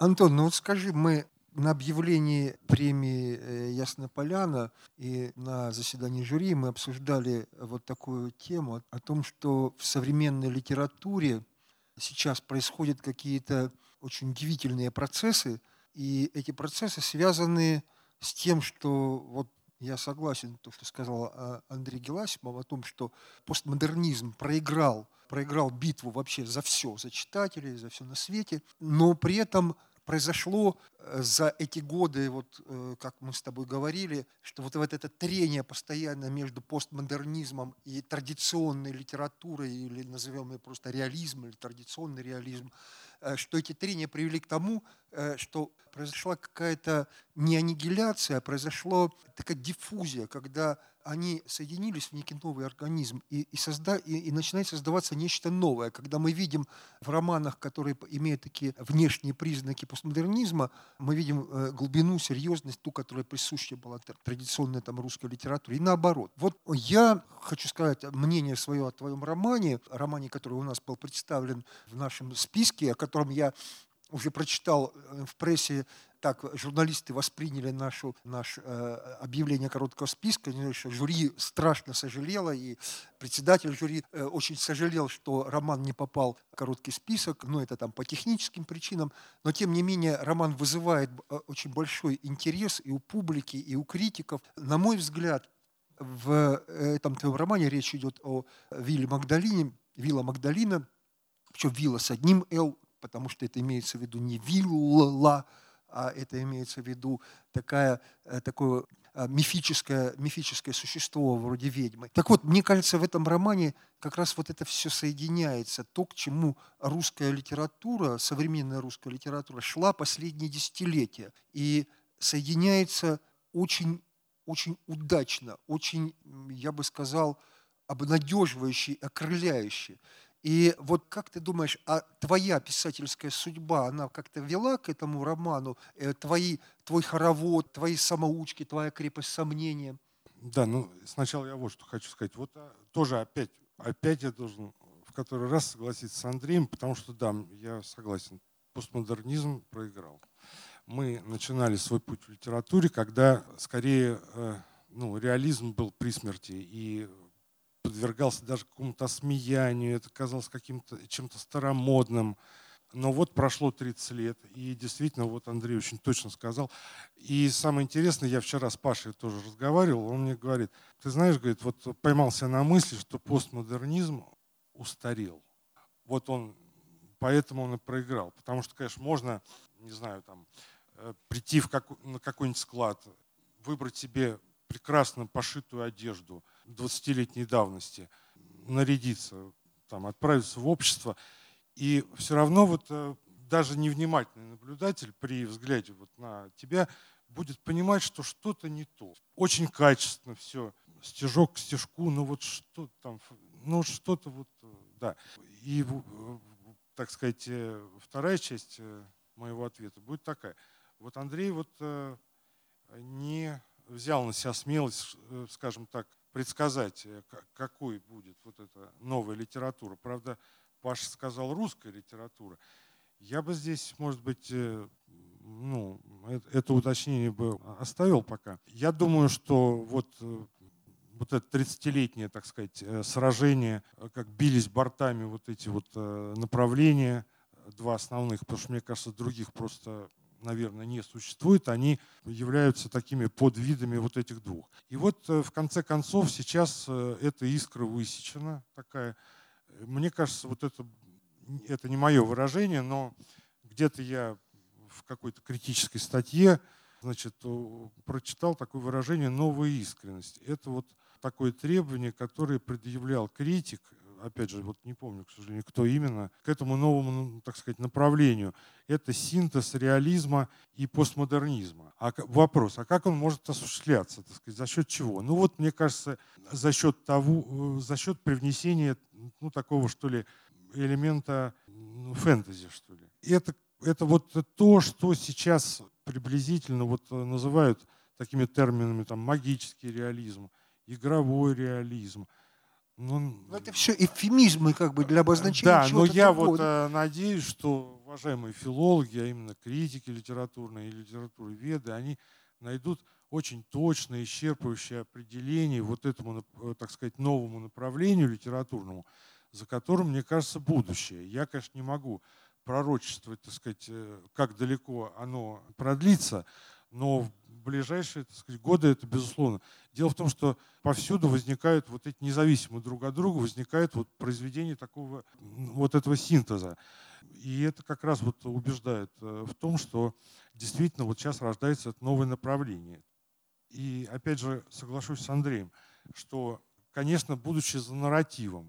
Антон, ну вот скажи, мы на объявлении премии «Ясная поляна» и на заседании жюри мы обсуждали вот такую тему о том, что в современной литературе сейчас происходят какие-то очень удивительные процессы, и эти процессы связаны с тем, что вот я согласен, то, что сказал Андрей Геласимов о том, что постмодернизм проиграл битву вообще за все, за читателей, за все на свете, но при этом произошло за эти годы, вот как мы с тобой говорили, что вот это трение постоянно между постмодернизмом и традиционной литературой, или назовем ее просто реализм, или традиционный реализм, что эти трения привели к тому, что произошла какая-то не аннигиляция, а произошла такая диффузия, когда они соединились в некий новый организм, и начинает создаваться нечто новое. Когда мы видим в романах, которые имеют такие внешние признаки постмодернизма, мы видим глубину, серьезность, ту, которая присуща была традиционной русской литературе, и наоборот. Вот я хочу сказать мнение свое о твоем романе, который у нас был представлен в нашем списке, о котором я уже прочитал в прессе, так журналисты восприняли наше объявление короткого списка. Жюри страшно сожалело, и председатель жюри очень сожалел, что роман не попал в короткий список, но это по техническим причинам. Но тем не менее роман вызывает очень большой интерес и у публики, и у критиков. На мой взгляд, в этом твоем романе речь идет о Вилле Магдалине, Вилла Магдалина, причем Вилла с одним «Л», потому что это имеется в виду не вилла, а это имеется в виду такое мифическое существо вроде ведьмы. Так вот, мне кажется, в этом романе как раз вот это все соединяется. То, к чему русская литература, современная русская литература шла последние десятилетия. И соединяется очень, очень удачно, очень, я бы сказал, обнадеживающе, окрыляюще. И вот как ты думаешь, а твоя писательская судьба, она как-то вела к этому роману? Твой хоровод, твои самоучки, твоя крепость сомнения? Да, ну сначала я вот что хочу сказать. Вот тоже опять я должен в который раз согласиться с Андреем, потому что да, я согласен, постмодернизм проиграл. Мы начинали свой путь в литературе, когда скорее реализм был при смерти и подвергался даже какому-то осмеянию, это казалось каким-то чем-то старомодным. Но вот прошло 30 лет, и действительно, вот Андрей очень точно сказал. И самое интересное, я вчера с Пашей тоже разговаривал, он мне говорит, ты знаешь, говорит, вот поймался на мысли, что постмодернизм устарел. Вот поэтому он и проиграл. Потому что, конечно, можно, не знаю, прийти на какой-нибудь склад, выбрать себе прекрасно пошитую одежду 20-летней давности, нарядиться, отправиться в общество. И все равно даже невнимательный наблюдатель при взгляде на тебя будет понимать, что что-то не то. Очень качественно все, стежок к стежку, но вот что там, что-то да. И, так сказать, вторая часть моего ответа будет такая. Вот Андрей не взял на себя смелость, скажем так, предсказать, какой будет вот эта новая литература. Правда, Паша сказал русская литература. Я бы здесь, может быть, это уточнение бы оставил пока. Я думаю, что вот это 30-летнее, так сказать, сражение, как бились бортами вот эти направления, два основных, потому что, мне кажется, других просто, наверное, не существует, они являются такими подвидами вот этих двух. И вот в конце концов сейчас эта искра высечена такая. Мне кажется, это не мое выражение, но где-то я в какой-то критической статье, прочитал такое выражение «новая искренность». Это такое требование, которое предъявлял критик, опять же, не помню, к сожалению, кто именно, к этому новому, так сказать, направлению. Это синтез реализма и постмодернизма. Вопрос, а как он может осуществляться, так сказать, за счет чего? Мне кажется, за счет привнесения, такого, что ли, элемента фэнтези, что ли. Это то, что сейчас приблизительно называют такими терминами, магический реализм, игровой реализм. Ну, Но это все эвфемизмы как бы для обозначения да, но чего-то я другого. вот надеюсь, что уважаемые филологи, а именно критики литературные и литературоведы, они найдут очень точное, исчерпывающее определение вот этому, так сказать, новому направлению литературному, за которым, мне кажется, будущее. Я, конечно, не могу пророчествовать, так сказать, как далеко оно продлится, но в ближайшие, так сказать, годы это безусловно. Дело в том, что повсюду возникают вот эти независимые друг от друга, возникают вот произведения такого вот этого синтеза. И это как раз вот убеждает в том, что действительно вот сейчас рождается это новое направление. И опять же соглашусь с Андреем, что, конечно, будучи за нарративом,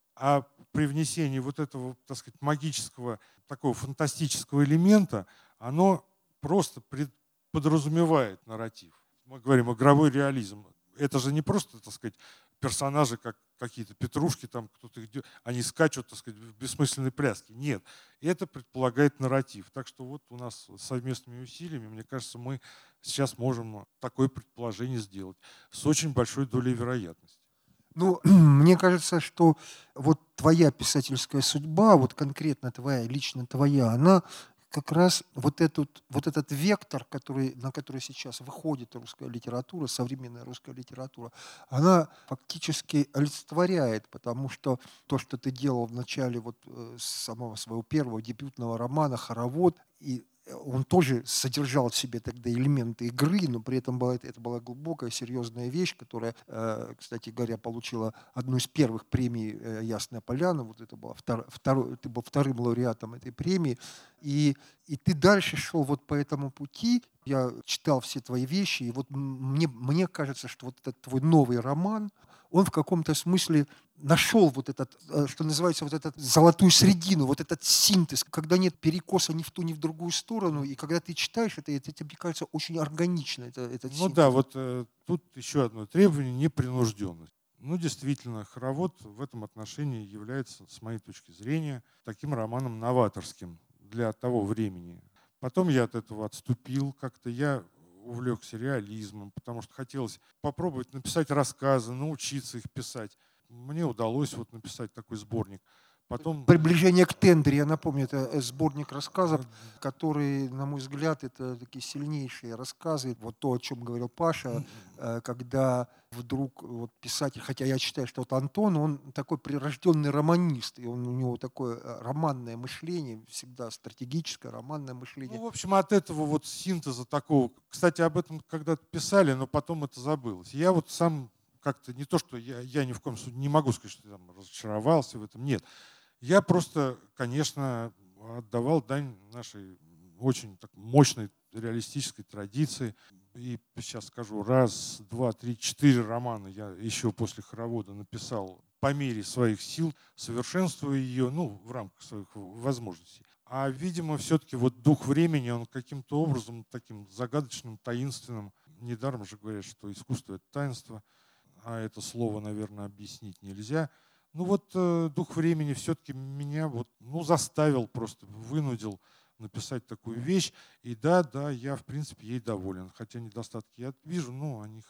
а при внесении вот этого, так сказать, магического, такого фантастического элемента, оно просто подразумевает нарратив. Мы говорим игровой реализм. Это же не просто, так сказать, персонажи, как какие-то петрушки, там кто-то идет, они скачут, так сказать, в бессмысленной пляске. Нет, это предполагает нарратив. Так что вот у нас совместными усилиями, мне кажется, мы сейчас можем такое предположение сделать с очень большой долей вероятности. Ну, мне кажется, что вот твоя писательская судьба, вот конкретно твоя, лично твоя, она как раз вот этот вектор, на который сейчас выходит русская литература, современная русская литература, она фактически олицетворяет, потому что то, что ты делал в начале вот самого своего первого дебютного романа «Хоровод», и он тоже содержал в себе тогда элементы игры, но при этом это была глубокая, серьезная вещь, которая, кстати говоря, получила одну из первых премий «Ясная поляна». Вот это было ты был вторым лауреатом этой премии. И ты дальше шел вот по этому пути. Я читал все твои вещи, и вот мне кажется, что вот этот твой новый роман, он в каком-то смысле нашел вот этот, что называется, вот этот золотую середину, вот этот синтез, когда нет перекоса ни в ту, ни в другую сторону, и когда ты читаешь это тебе кажется очень органично, этот Ну синтез. да, вот тут еще одно требование – непринужденность. Ну, действительно, «Хоровод» в этом отношении является, с моей точки зрения, таким романом новаторским для того времени. Потом я от этого отступил как-то, я увлекся реализмом, потому что хотелось попробовать написать рассказы, научиться их писать. Мне удалось вот написать такой сборник. Потом «Приближение к Тендре», я напомню, это сборник рассказов, которые, на мой взгляд, это такие сильнейшие рассказы. Вот то, о чем говорил Паша, когда вдруг вот писатель, хотя я считаю, что вот Антон, он такой прирожденный романист, и у него такое романное мышление, всегда стратегическое романное мышление. Ну, в общем, от этого вот синтеза такого, кстати, об этом когда-то писали, но потом это забылось. Я вот сам как-то, не то, что я ни в коем случае не могу сказать, что я там разочаровался в этом, нет. Я просто, конечно, отдавал дань нашей очень так мощной реалистической традиции. И сейчас скажу, раз, два, три, 4 романа я еще после «Хоровода» написал по мере своих сил, совершенствуя ее, ну, в рамках своих возможностей. А, видимо, все-таки вот дух времени, он каким-то образом таким загадочным, таинственным. Недаром же говорят, что искусство — это таинство, а это слово, наверное, объяснить нельзя. Ну вот дух времени все-таки меня вот, ну, заставил, просто вынудил написать такую вещь. И да, я в принципе ей доволен. Хотя недостатки я вижу, но о них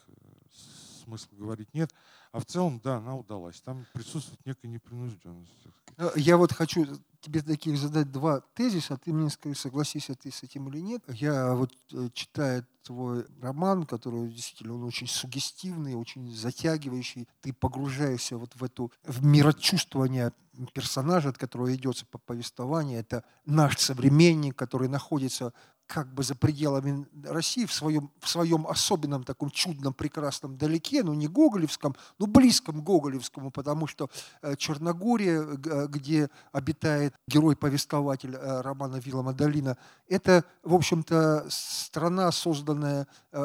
смысла говорить нет. А в целом, да, она удалась. Там присутствует некая непринужденность. Я вот хочу тебе таких задать два тезиса, ты мне скажи, согласишься ты с этим или нет. Я вот читаю твой роман, который действительно он очень суггестивный, очень затягивающий. Ты погружаешься вот в мирочувствование персонажа, от которого идется повествование. Это наш современник, который находится как бы за пределами России в своем особенном таком чудном, прекрасном далеке, ну не гоголевском, но близком к гоголевскому, потому что Черногория, где обитает герой-повествователь романа Вильяма Далина, это, в общем-то, страна, созданная,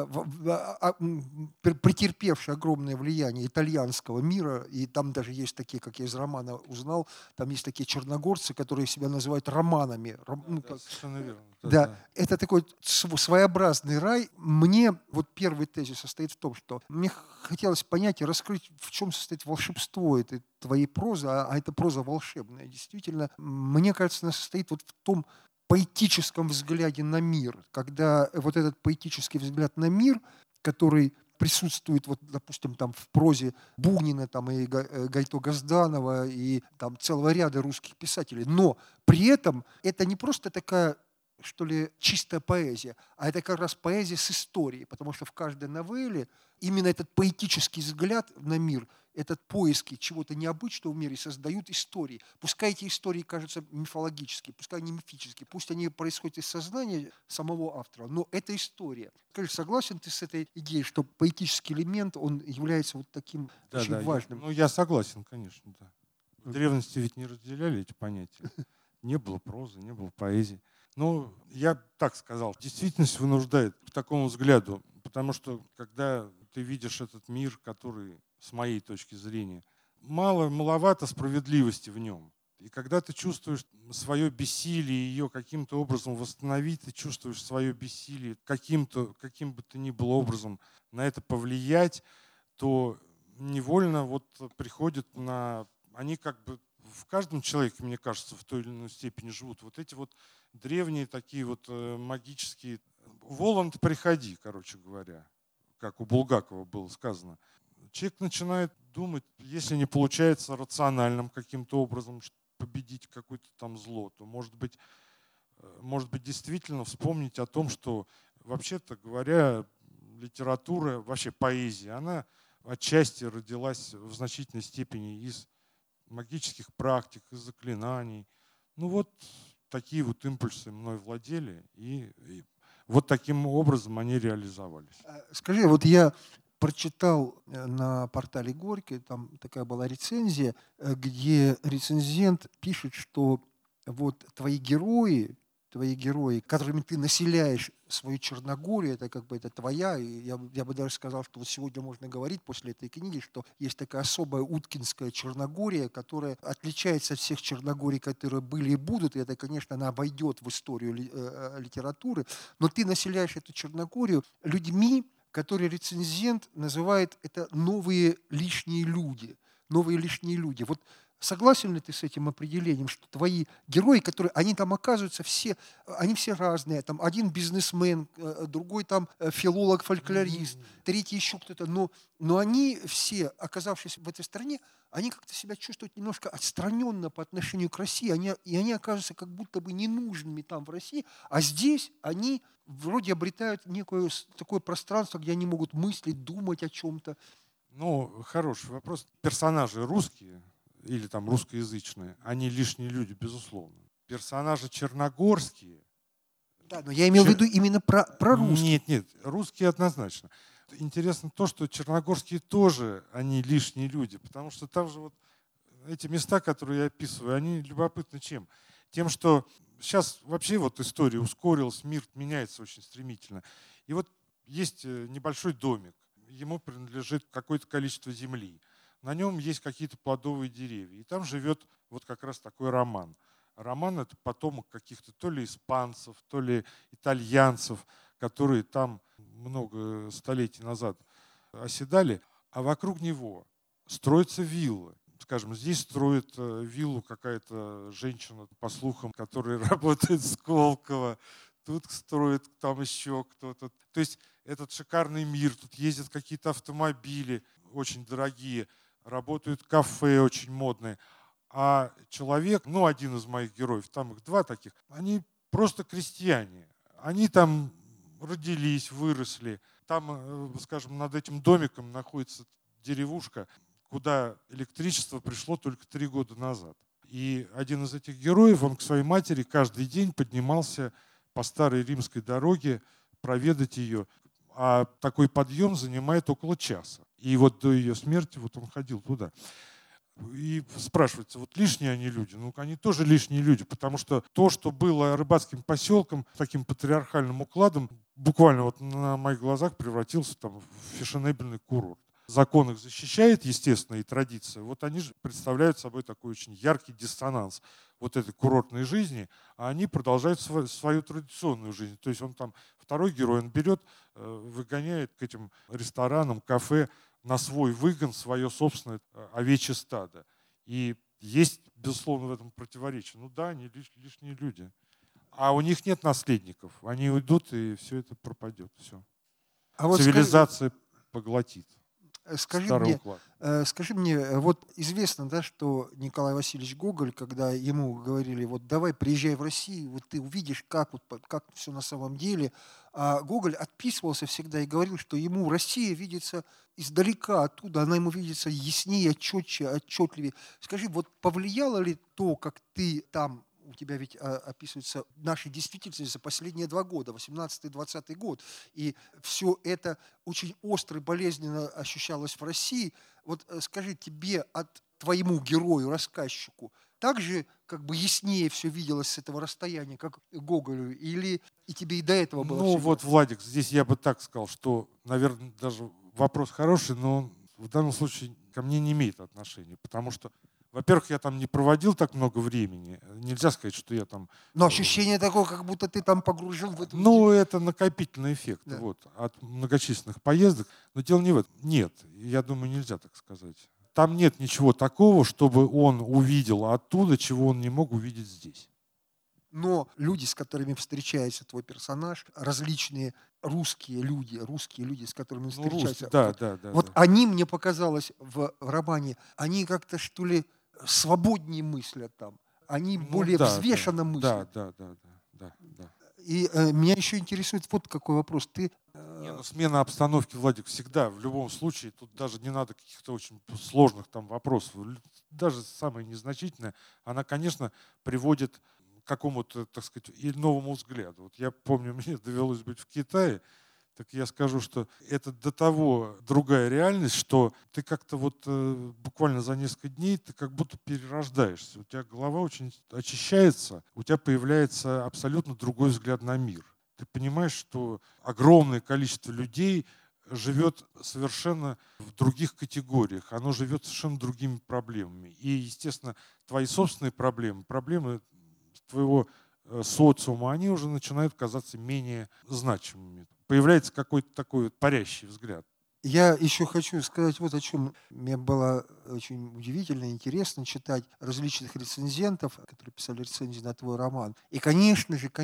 претерпевшая огромное влияние итальянского мира, и там даже есть такие, как я из романа узнал, там есть такие черногорцы, которые себя называют романами. Да, совершенно верно. Да, это такой своеобразный рай. Мне вот первый тезис состоит в том, что мне хотелось понять и раскрыть, в чем состоит волшебство этой твоей прозы, а это проза волшебная. Действительно, мне кажется, она состоит вот в том поэтическом взгляде на мир, когда вот этот поэтический взгляд на мир, который присутствует, вот, допустим, там в прозе Бунина там, и Гайто Газданова, и там целого ряда русских писателей. Но при этом это не просто такая, что ли, чистая поэзия, а это как раз поэзия с историей, потому что в каждой новелле именно этот поэтический взгляд на мир, этот поиски чего-то необычного в мире создают истории. Пускай эти истории кажутся мифологическими, пускай они мифические, пусть они происходят из сознания самого автора, но это история. Скажи, согласен ты с этой идеей, что поэтический элемент, он является вот таким очень важным? Я согласен, конечно, да. В древности ведь не разделяли эти понятия. Не было прозы, не было поэзии. Но я так сказал, действительность вынуждает к такому взгляду, потому что когда ты видишь этот мир, который, с моей точки зрения, маловато справедливости в нем. И когда ты чувствуешь свое бессилие, ее каким-то образом восстановить, ты чувствуешь свое бессилие каким бы то ни было образом на это повлиять, то невольно вот приходит на... Они как бы в каждом человеке, мне кажется, в той или иной степени живут. Вот эти вот древние такие вот магические... Воланд, приходи, короче говоря, как у Булгакова было сказано. Человек начинает думать, если не получается рациональным каким-то образом победить какое-то там зло, то, может быть, действительно вспомнить о том, что, вообще-то говоря, литература, вообще поэзия, она отчасти родилась в значительной степени из магических практик, из заклинаний. Ну вот такие вот импульсы мной владели, и вот таким образом они реализовались. Скажи, вот я прочитал на портале Горький, там такая была рецензия, где рецензент пишет, что вот твои герои, которыми ты населяешь свою Черногорию, это как бы это твоя, и я бы даже сказал, что вот сегодня можно говорить после этой книги, что есть такая особая уткинская Черногория, которая отличается от всех Черногорий, которые были и будут, и это, конечно, она войдет в историю литературы, но ты населяешь эту Черногорию людьми, которые рецензент называет это новые лишние люди. Новые лишние люди. Вот согласен ли ты с этим определением, что твои герои, которые, они там оказываются все, они все разные. Там один бизнесмен, другой там филолог-фольклорист, третий еще кто-то. Но они все, оказавшись в этой стране, они как-то себя чувствуют немножко отстраненно по отношению к России. И они оказываются как будто бы ненужными там в России, а здесь они вроде обретают некое такое пространство, где они могут мыслить, думать о чем-то. Ну, хороший вопрос. Персонажи русские или там русскоязычные, они лишние люди, безусловно. Персонажи черногорские. Да, но я имел в виду именно про русских. Нет, русские однозначно. Интересно то, что черногорские тоже, они лишние люди, потому что там же вот эти места, которые я описываю, они любопытны чем? Тем, что сейчас вообще вот история ускорилась, мир меняется очень стремительно. И вот есть небольшой домик, ему принадлежит какое-то количество земли. На нем есть какие-то плодовые деревья. И там живет вот как раз такой Роман. Роман — это потомок каких-то то ли испанцев, то ли итальянцев, которые там много столетий назад оседали. А вокруг него строятся виллы. Скажем, здесь строит виллу какая-то женщина, по слухам, которая работает в Сколково. Тут строит там еще кто-то. То есть этот шикарный мир. Тут ездят какие-то автомобили очень дорогие. Работают кафе очень модные. А человек, ну один из моих героев, там их два таких, они просто крестьяне. Они там родились, выросли. Там, скажем, над этим домиком находится деревушка, куда электричество пришло только 3 года назад. И один из этих героев, он к своей матери каждый день поднимался по старой римской дороге проведать ее. А такой подъем занимает около часа. И вот до ее смерти вот он ходил туда. И спрашивается, вот лишние они люди? Ну, они тоже лишние люди, потому что то, что было рыбацким поселком, таким патриархальным укладом, буквально вот на моих глазах превратился там в фешенебельный курорт. Закон их защищает, естественно, и традиция. Вот они же представляют собой такой очень яркий диссонанс вот этой курортной жизни, а они продолжают свою традиционную жизнь. То есть он там, второй герой, он берет, выгоняет к этим ресторанам, кафе на свой выгон свое собственное овечье стадо. И есть, безусловно, в этом противоречие. Ну да, они лишние люди. А у них нет наследников. Они уйдут, и все это пропадет. Все. А вот Цивилизация поглотит. Скажи Старый мне, уклад. вот известно, да, что Николай Васильевич Гоголь, когда ему говорили, вот давай приезжай в Россию, вот ты увидишь, как все на самом деле, а Гоголь отписывался всегда и говорил, что ему Россия видится издалека, оттуда, она ему видится яснее, четче, отчетливее. Скажи, вот повлияло ли то, как ты там, у тебя ведь описывается нашей действительности за последние 2 года, 18-20 год, и все это очень остро и болезненно ощущалось в России. Вот скажи, тебе от твоему герою, рассказчику, также как бы яснее все виделось с этого расстояния, как Гоголю, или и тебе и до этого было Ну все вот, ясно? Владик, здесь я бы так сказал, что, наверное, даже вопрос хороший, но он в данном случае ко мне не имеет отношения, потому что, во-первых, я там не проводил так много времени. Нельзя сказать, что я там... Но ощущение такое, как будто ты там погружен в эту... Ну, это накопительный эффект Да. вот, от многочисленных поездок. Но дело не в этом. Нет, я думаю, нельзя так сказать. Там нет ничего такого, чтобы он увидел оттуда, чего он не мог увидеть здесь. Но люди, с которыми встречается твой персонаж, различные русские люди, с которыми он Ну, русский, встречается, да. вот они, мне показалось, в романе, они как-то, что ли, свободнее мыслят там, они Ну более да, взвешенно мыслят. да. И меня еще интересует вот какой вопрос. Ты Не, ну смена обстановки, Владик, всегда, в любом случае, тут даже не надо каких-то очень сложных там вопросов. Даже самое незначительное, она, конечно, приводит к какому-то, так сказать, и новому взгляду. Вот я помню, мне довелось быть в Китае, так я скажу, что это до того другая реальность, что ты как-то вот буквально за несколько дней ты как будто перерождаешься. У тебя голова очень очищается, у тебя появляется абсолютно другой взгляд на мир. Ты понимаешь, что огромное количество людей живет совершенно в других категориях, оно живет совершенно другими проблемами. И, естественно, твои собственные проблемы, проблемы твоего социума, они уже начинают казаться менее значимыми. Появляется какой-то такой вот парящий взгляд. Я еще хочу сказать вот о чем. Мне было очень удивительно, интересно читать различных рецензентов, которые писали рецензии на твой роман. И, конечно же,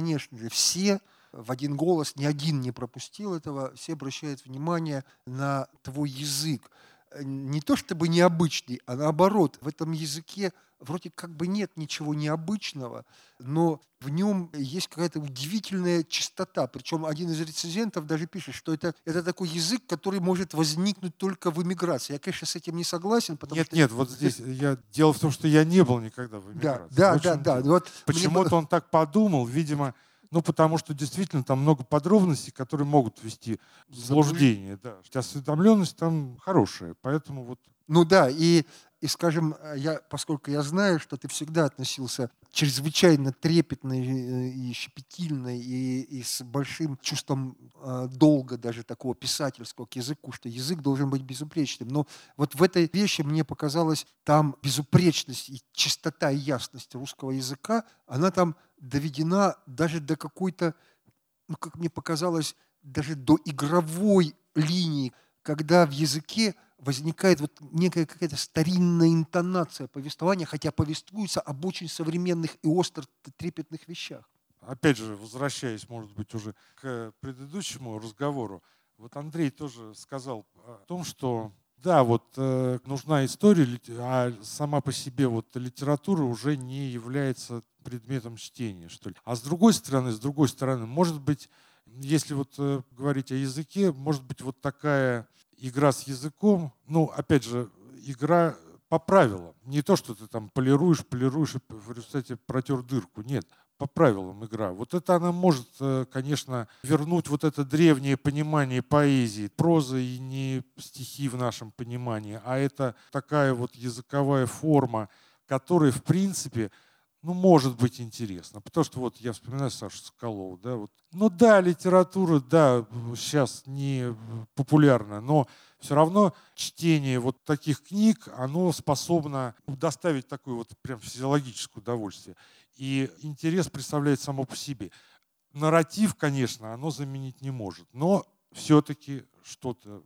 все в один голос, ни один не пропустил этого, все обращают внимание на твой язык. Не то чтобы необычный, а наоборот, в этом языке вроде как бы нет ничего необычного, но в нем есть какая-то удивительная чистота. Причем один из рецензентов даже пишет, что это такой язык, который может возникнуть только в эмиграции. Я, конечно, с этим не согласен, потому что... Нет, вот здесь дело в том, что я не был никогда в эмиграции. Да. Вот почему-то он так подумал, видимо, потому что действительно там много подробностей, которые могут ввести в заблуждение. Да. Осведомленность там хорошая, поэтому вот... Ну да, и скажем, поскольку я знаю, что ты всегда относился чрезвычайно трепетно и щепетильно, и с большим чувством долга даже такого писательского к языку, что язык должен быть безупречным. Но вот в этой вещи мне показалось, там безупречность и чистота и ясность русского языка, она там доведена даже до какой-то, как мне показалось, даже до игровой линии, когда в языке возникает вот некая какая-то старинная интонация повествования, хотя повествуется об очень современных и остро трепетных вещах. Опять же, возвращаясь, может быть, уже к предыдущему разговору, вот Андрей тоже сказал о том, что да, вот нужна история, а сама по себе вот литература уже не является предметом чтения, что ли. А с другой стороны, может быть, если вот говорить о языке, может быть, вот такая игра с языком, опять же, игра по правилам. Не то, что ты там полируешь, и в результате протер дырку. Нет, по правилам игра. Вот это она может, конечно, вернуть вот это древнее понимание поэзии, прозы и не стихи в нашем понимании, а это такая вот языковая форма, которая, в принципе, может быть интересно. Потому что вот я вспоминаю Сашу Соколову. Да, вот. Литература, да, сейчас не популярна, но все равно чтение вот таких книг, оно способно доставить такое вот прям физиологическое удовольствие. И интерес представляет само по себе. Нарратив, конечно, оно заменить не может, но все-таки что-то...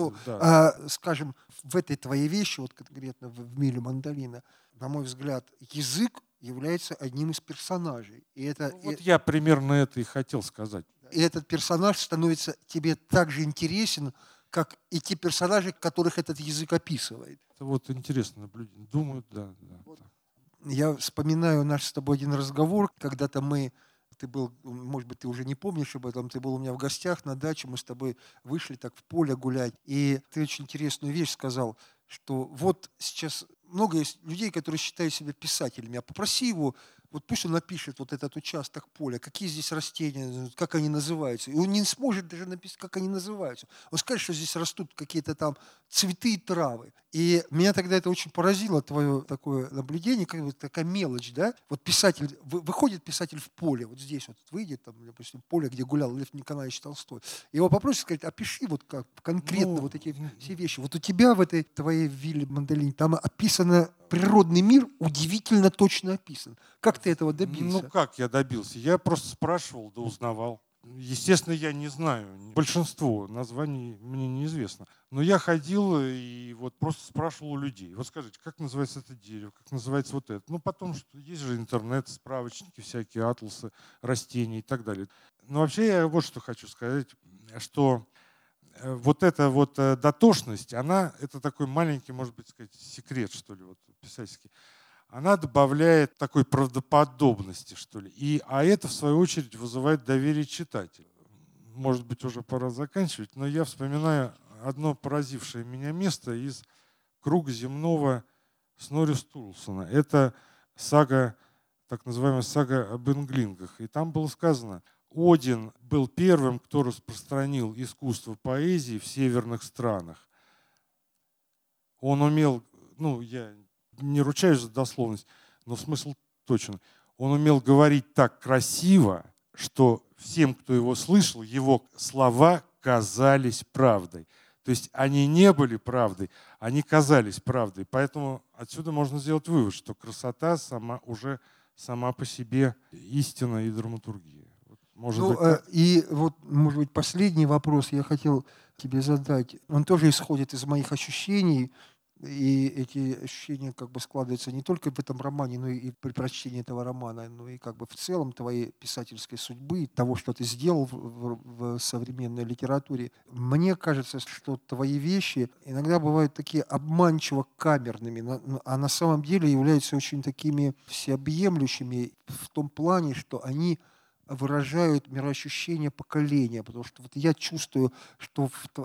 Скажем, в этой твоей вещи, вот конкретно в «Миле Мандолина», на мой взгляд, язык является одним из персонажей. И я примерно это и хотел сказать. И этот персонаж становится тебе так же интересен, как и те персонажи, которых этот язык описывает. Это вот интересное наблюдение. Думаю, да. Я вспоминаю наш с тобой один разговор, когда-то ты был, может быть, ты уже не помнишь об этом, ты был у меня в гостях на даче, мы с тобой вышли так в поле гулять, и ты очень интересную вещь сказал, что вот сейчас много есть людей, которые считают себя писателями, а попроси его, вот пусть он напишет вот этот участок поля, какие здесь растения, как они называются. И он не сможет даже написать, как они называются. Он скажет, что здесь растут какие-то там цветы и травы. И меня тогда это очень поразило, твое такое наблюдение, как бы такая мелочь, да? Вот писатель, выходит писатель в поле, вот здесь вот выйдет, там, допустим, поле, где гулял Лев Николаевич Толстой. Его попросят сказать, опиши вот как конкретно вот эти все вещи. Вот у тебя в этой твоей вилле Мандалине там описано природный мир, удивительно точно описан. Как ты этого добился? Ну как я добился? Я просто спрашивал, да узнавал. Естественно, я не знаю. Большинство названий мне неизвестно. Но я ходил и вот просто спрашивал у людей. Вот скажите, как называется это дерево, как называется вот это? Ну потом, что есть же интернет, справочники всякие, атласы растений и так далее. Но вообще я вот что хочу сказать, что вот эта вот дотошность, это такой маленький, может быть, сказать, секрет, что ли, вот писательский. Она добавляет такой правдоподобности, что ли. А это, в свою очередь, вызывает доверие читателя. Может быть, уже пора заканчивать, но я вспоминаю одно поразившее меня место из «Круга земного» Снорри Стурлсона. Это сага, так называемая сага об инглингах. И там было сказано, Один был первым, кто распространил искусство поэзии в северных странах. Он умел, я не ручаюсь за дословность, но смысл точен. Он умел говорить так красиво, что всем, кто его слышал, его слова казались правдой. То есть они не были правдой, они казались правдой. Поэтому отсюда можно сделать вывод, что красота уже сама по себе истина и драматургия. Может быть, последний вопрос я хотел тебе задать. Он тоже исходит из моих ощущений. И эти ощущения как бы складываются не только в этом романе, но и при прочтении этого романа, но и как бы в целом твоей писательской судьбы, того, что ты сделал в современной литературе. Мне кажется, что твои вещи иногда бывают такие обманчиво камерными, а на самом деле являются очень такими всеобъемлющими в том плане, что они выражают мироощущение поколения, потому что вот я чувствую, что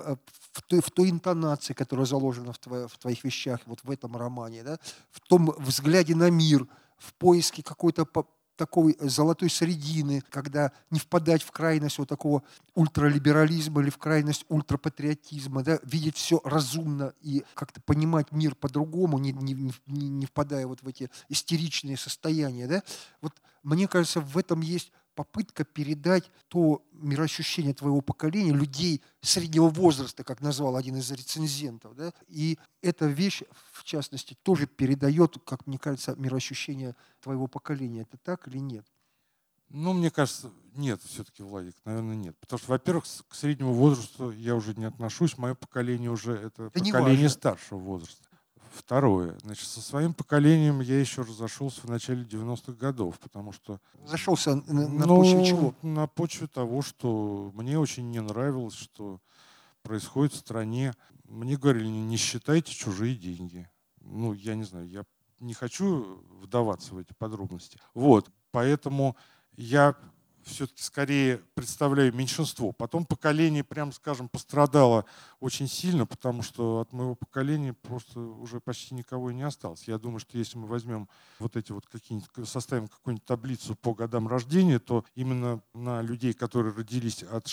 в той интонации, которая заложена в твоих вещах, вот в этом романе, да, в том взгляде на мир, в поиске какой-то такой золотой середины, когда не впадать в крайность вот такого ультралиберализма или в крайность ультрапатриотизма, да, видеть все разумно и как-то понимать мир по-другому, не впадая вот в эти истеричные состояния. Да. Вот мне кажется, в этом есть попытка передать то мироощущение твоего поколения, людей среднего возраста, как назвал один из рецензентов. Да? И эта вещь, в частности, тоже передает, как мне кажется, мироощущение твоего поколения. Это так или нет? Мне кажется, нет все-таки, Владик, наверное, нет. Потому что, во-первых, к среднему возрасту я уже не отношусь. Мое поколение уже это поколение старшего возраста. Второе. Значит, со своим поколением я еще разошелся в начале 90-х годов, потому что... Разошелся на почве чего? На почве того, что мне очень не нравилось, что происходит в стране. Мне говорили, не считайте чужие деньги. Я не знаю, я не хочу вдаваться в эти подробности. Поэтому я все-таки скорее представляю меньшинство. Потом поколение, прям скажем, пострадало очень сильно, потому что от моего поколения просто уже почти никого и не осталось. Я думаю, что если мы возьмем вот эти вот какие-нибудь, составим какую-нибудь таблицу по годам рождения, то именно на людей, которые родились от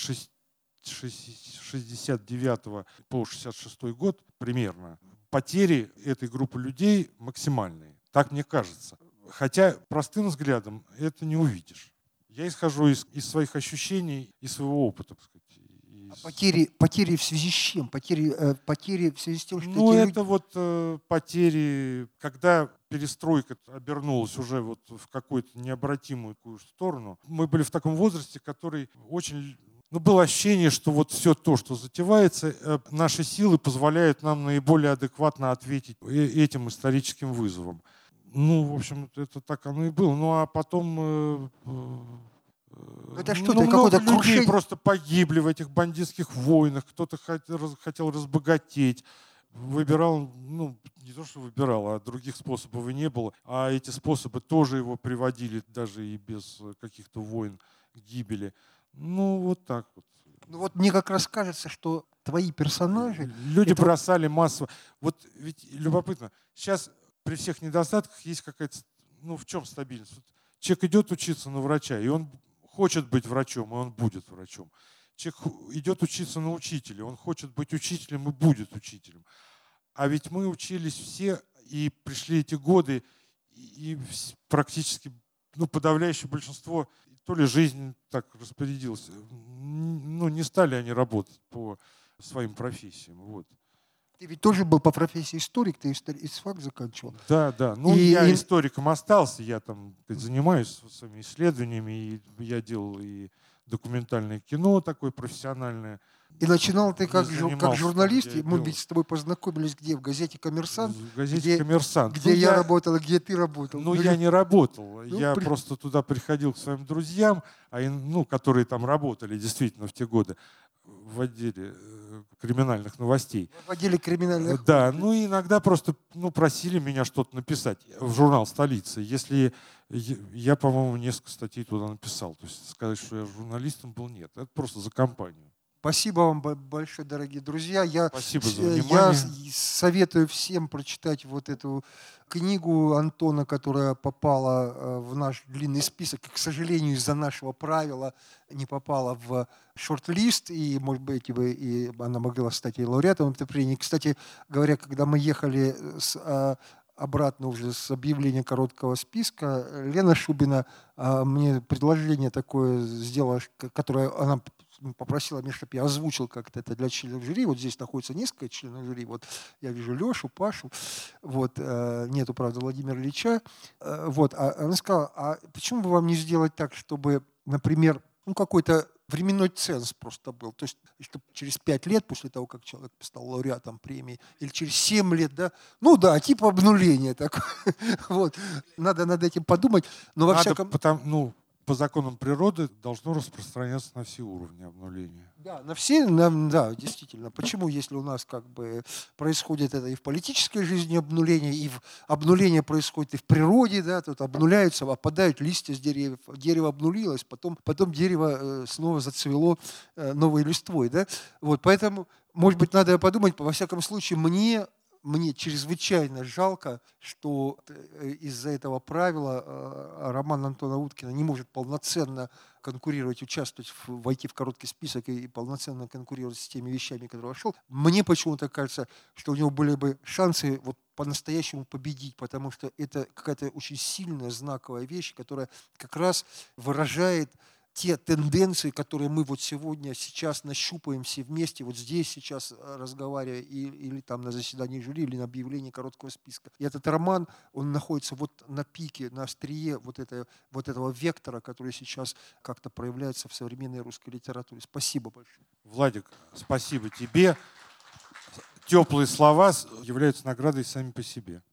69 по 66 год примерно, потери этой группы людей максимальные. Так мне кажется. Хотя простым взглядом это не увидишь. Я исхожу из своих ощущений и своего опыта, так сказать. Потери в связи с чем? Потери в связи с тем, что это потери, когда перестройка обернулась уже вот в какую-то необратимую сторону. Мы были в таком возрасте, который очень... было ощущение, что вот все то, что затевается, наши силы позволяют нам наиболее адекватно ответить этим историческим вызовам. В общем, это так оно и было. А потом Это что-то, много какое-то людей крушение. просто погибли в этих бандитских войнах, кто-то хотел разбогатеть, выбирал, ну, не то, что выбирал, а других способов и не было. А эти способы тоже его приводили даже и без каких-то войн к гибели. Ну, вот так вот. Ну вот мне как раз кажется, что твои персонажи... Люди бросали массово. Вот ведь любопытно, сейчас при всех недостатках есть какая-то, ну, в чем стабильность? Вот человек идет учиться на врача, и он хочет быть врачом, и он будет врачом. Человек идет учиться на учителя, он хочет быть учителем и будет учителем. А ведь мы учились все, и пришли эти годы, и практически, ну, подавляющее большинство, то ли жизнь так распорядилась, ну, не стали они работать по своим профессиям. Вот. Ты ведь тоже был по профессии историк, ты ИСФАК заканчивал. Да, да. Ну, я историком остался, я там занимаюсь своими исследованиями, и я делал и документальное кино такое профессиональное. И начинал ты как журналист, мы ведь с тобой познакомились где? В газете «Коммерсант», в газете «Коммерсант», где я работал, и где ты работал. Ну, я не работал. Я просто туда приходил к своим друзьям, ну, которые там работали действительно в те годы в отделе криминальных новостей. В отделе криминальных. Да, ну и иногда просто просили меня что-то написать в журнал «Столица». Если я, по-моему, несколько статей туда написал. То есть сказать, что я журналистом был, нет. Это просто за компанию. Спасибо вам большое, дорогие друзья. Спасибо за внимание. Я советую всем прочитать вот эту книгу Антона, которая попала в наш длинный список. К сожалению, из-за нашего правила не попала в шорт-лист, и, может быть, и она могла стать и лауреатом этой премии. Кстати говоря, когда мы ехали обратно уже с объявления короткого списка, Лена Шубина мне предложение такое сделала, которое она попросила меня, чтобы я озвучил как-то это для членов жюри. Вот здесь находится несколько членов жюри. Вот я вижу Лешу, Пашу. Вот, нету, правда, Владимира Ильича. Вот, она сказала, а почему бы вам не сделать так, чтобы, например, какой-то временной ценз просто был. То есть, чтобы через 5 лет после того, как человек стал лауреатом премии, или через 7 лет, да, ну да, типа обнуления такое. Вот. Надо над этим подумать. Но во всяком... По законам природы должно распространяться на все уровни обнуления. Да, на все, да, действительно. Почему, если у нас как бы происходит это и в политической жизни обнуление, и обнуление происходит и в природе, да, тут обнуляются, опадают листья с деревьев, дерево обнулилось, потом дерево снова зацвело новой листвой, да. Вот, поэтому, может быть, надо подумать, во всяком случае, мне чрезвычайно жалко, что из-за этого правила роман Антона Уткина не может полноценно конкурировать, участвовать, войти в короткий список и полноценно конкурировать с теми вещами, которые вошел. Мне почему-то кажется, что у него были бы шансы вот по-настоящему победить, потому что это какая-то очень сильная знаковая вещь, которая как раз выражает те тенденции, которые мы вот сегодня, сейчас нащупаем все вместе, вот здесь сейчас разговаривая, или там на заседании жюри, или на объявлении короткого списка. И этот роман, он находится вот на пике, на острие вот этого вектора, который сейчас как-то проявляется в современной русской литературе. Спасибо большое. Владик, спасибо тебе. Теплые слова являются наградой сами по себе.